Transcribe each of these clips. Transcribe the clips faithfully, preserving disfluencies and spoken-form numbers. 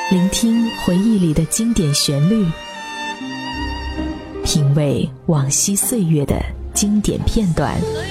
聆听回忆里的经典旋律，品味往昔岁月的经典片段。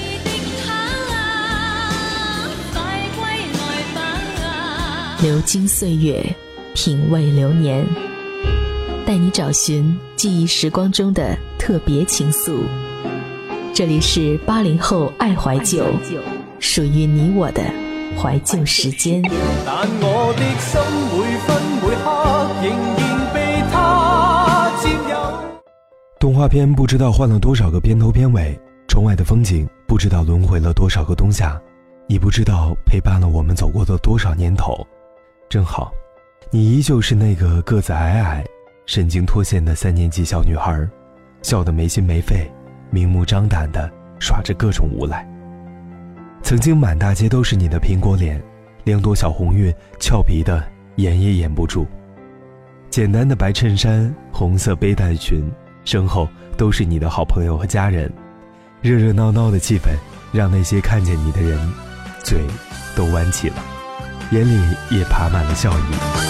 流金岁月，品味流年，带你找寻记忆时光中的特别情愫。这里是八零后爱怀旧，属于你我的怀旧时间。 但我的心每分每刻仍然被它佔有。 动画片不知道换了多少个片头片尾，窗外的风景不知道轮回了多少个冬夏，你不知道陪伴了我们走过的多少年头。正好，你依旧是那个个子矮矮、神经脱线的三年级小女孩，笑得没心没肺，明目张胆地耍着各种无赖。曾经满大街都是你的苹果脸，两朵小红晕俏皮的掩也掩不住。简单的白衬衫，红色背带裙，身后都是你的好朋友和家人。热热闹闹的气氛让那些看见你的人嘴都弯起了，眼里也爬满了笑意。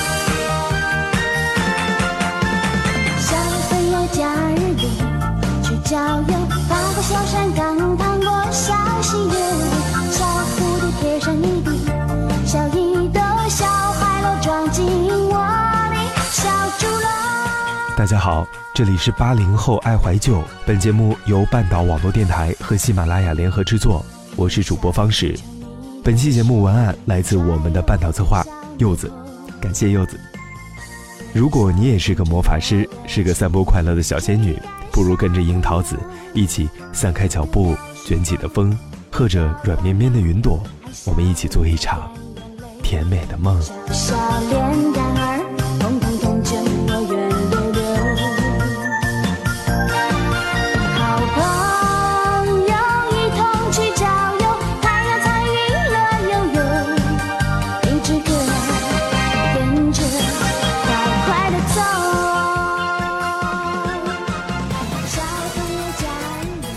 小朋友假日里去郊游，爬过小山岗，趟过小溪流，小蝴蝶贴上一地，小一朵小海螺装进我的小猪篓。 大家好，这里是八零后爱怀旧，本节目由半岛网络电台和喜马拉雅联合制作，我是主播方石。本期节目文案来自我们的半岛策划柚子，感谢柚子。如果你也是个魔法师，是个散播快乐的小仙女，不如跟着樱桃子一起散开脚步，卷起的风，和着软绵绵的云朵，我们一起做一场甜美的梦。 小脸蛋儿通通通就我圆溜溜，好朋友一同去郊游，太阳彩云乐悠悠，一只歌跟着快快地走。小朋友假日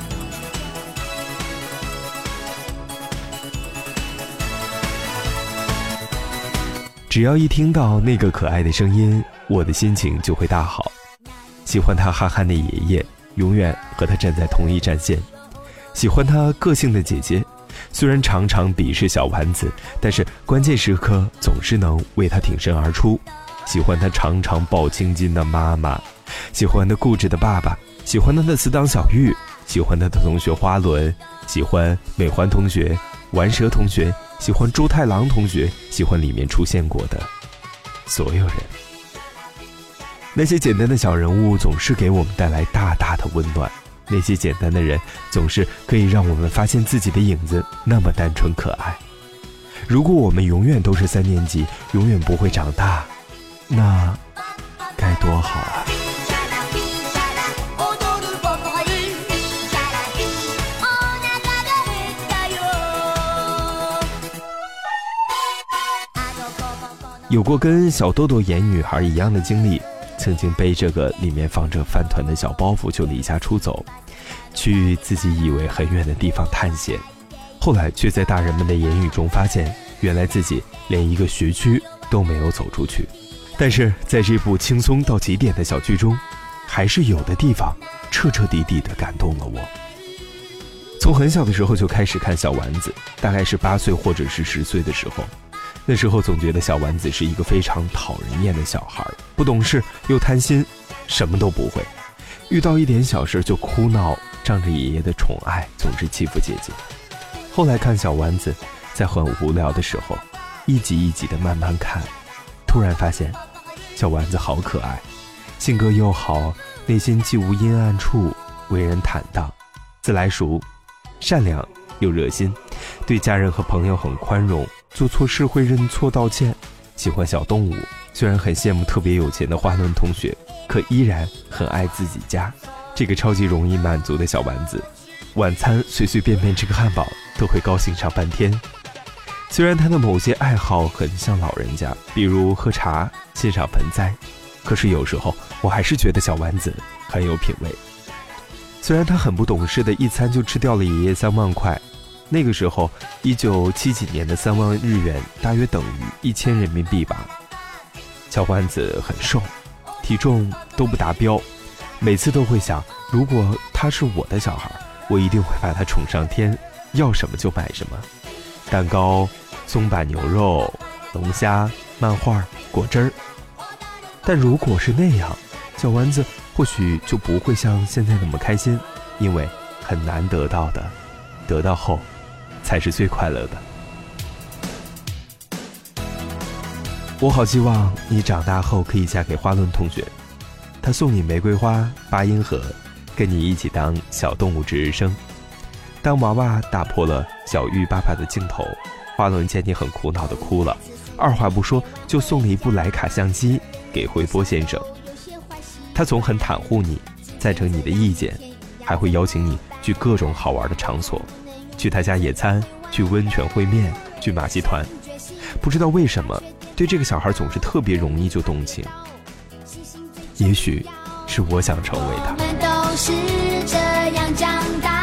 只要一听到那个可爱的声音，我的心情就会大好。喜欢他憨憨的爷爷，永远和他站在同一战线。喜欢他个性的姐姐，虽然常常鄙视小丸子，但是关键时刻总是能为他挺身而出。喜欢他常常抱青筋的妈妈，喜欢他固执的爸爸，喜欢他的死党小玉，喜欢他的同学花轮，喜欢美环同学、玩蛇同学，喜欢猪太郎同学，喜欢里面出现过的所有人。那些简单的小人物总是给我们带来大大的温暖，那些简单的人总是可以让我们发现自己的影子那么单纯可爱。如果我们永远都是三年级，永远不会长大，那该多好啊。有过跟小豆豆演女孩一样的经历，曾经背这个里面放着饭团的小包袱就离家出走，去自己以为很远的地方探险，后来却在大人们的言语中发现，原来自己连一个学区都没有走出去。但是在这部轻松到极点的小剧中，还是有的地方彻彻底底地感动了我。从很小的时候就开始看小丸子，大概是八岁或者是十岁的时候，那时候总觉得小丸子是一个非常讨人厌的小孩，不懂事又贪心，什么都不会，遇到一点小事就哭闹，仗着爷爷的宠爱，总是欺负姐姐。后来看小丸子，在很无聊的时候，一集一集的慢慢看，突然发现小丸子好可爱，性格又好，内心既无阴暗处，为人坦荡，自来熟，善良又热心，对家人和朋友很宽容，做错事会认错道歉，喜欢小动物。虽然很羡慕特别有钱的花轮同学，可依然很爱自己家这个超级容易满足的小丸子。晚餐随随便便吃个汉堡都会高兴上半天。虽然他的某些爱好很像老人家，比如喝茶、欣赏盆栽，可是有时候我还是觉得小丸子很有品味。虽然他很不懂事的一餐就吃掉了爷爷三万块，那个时候一九七几年的三万日元大约等于一千人民币吧。 小丸子很瘦，体重都不达标，每次都会想，如果他是我的小孩，我一定会把他宠上天，要什么就买什么，蛋糕、松板牛肉、龙虾、漫画、果汁儿。但如果是那样，小丸子或许就不会像现在那么开心，因为很难得到的，得到后才是最快乐的。我好希望你长大后可以嫁给花轮同学，他送你玫瑰花、八音盒，跟你一起当小动物值日生。当娃娃打破了小玉爸爸的镜头，花轮见你很苦恼的哭了，二话不说就送了一部徕卡相机给回波先生。他总很袒护你，赞成你的意见，还会邀请你去各种好玩的场所，去他家野餐，去温泉烩面，去马戏团。不知道为什么对这个小孩总是特别容易就动情，也许是我想成为他。 我们都是这样长大，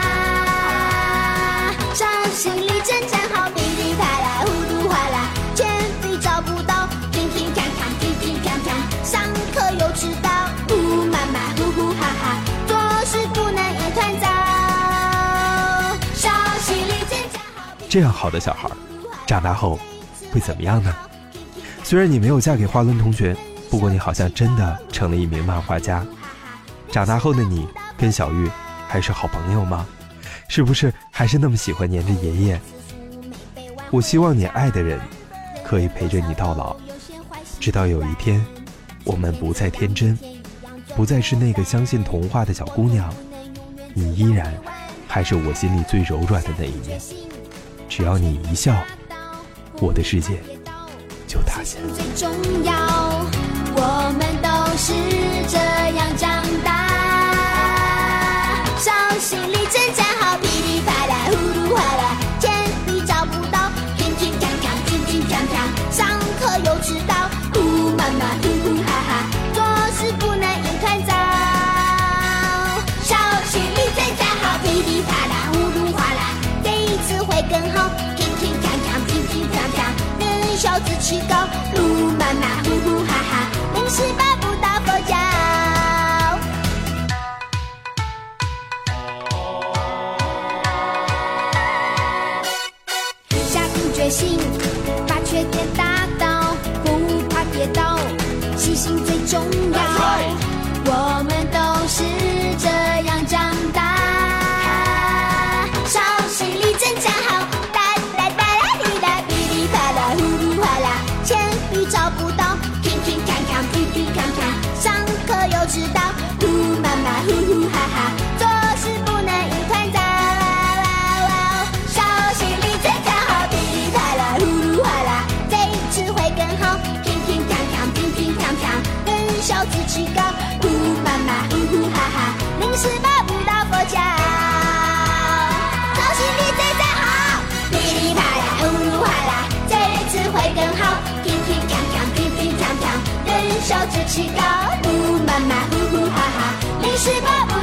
伤心里真正好，噼里啪啦，呼噜哗啦，铅笔找不到，乒乒乓乓，乒乒乓乓，上课又迟到，呼妈妈，呼呼哈哈，做事不能一团糟，伤心里真正好。 这样好的小孩，长大后会怎么样呢？虽然你没有嫁给花轮同学，不过你好像真的成了一名漫画家。长大后的你跟小玉还是好朋友吗？是不是还是那么喜欢黏着爷爷？我希望你爱的人可以陪着你到老，直到有一天我们不再天真，不再是那个相信童话的小姑娘，你依然还是我心里最柔软的那一面。只要你一笑，我的世界就塌陷。 最重要，我们都是这样长大，伤心里真正好，噼里啪啦，呼噜哗啦，铅笔找不到，乒乒乓乓，乒乒乓乓，上课又迟到，呼妈妈，呼呼哈哈，做事不能一团糟，伤心里真正好，噼里啪啦，呼噜哗啦，这一次会更好，乒乒乓乓，乒乒乓乓，人小志气高，路妈妈，呼呼哈哈，临时抱不到佛脚。下定决心，把缺点打倒，不怕跌倒，细心最重要。我们都是这样长大，伤心里真正好，哒哒哒啦哩啦，噼里啪啦，呼噜哗啦，铅笔找不到，乒乒乓乓，乒乒乓乓，上课又迟到，呼妈妈，呼呼哈哈，做事不能一团糟，伤心里真正好，噼里啪啦，呼噜哗啦，这一次会更好，乒乒乓乓，乒乒乓乓，人小志气高，呼妈妈，呼呼哈哈，临时抱不到佛脚，伤心里真正好，噼里啪啦，呼噜哗啦，这一次会更好，乒乒乓乓，乒乒乓乓，人小志气高，呼妈妈，呼呼哈哈，临时抱不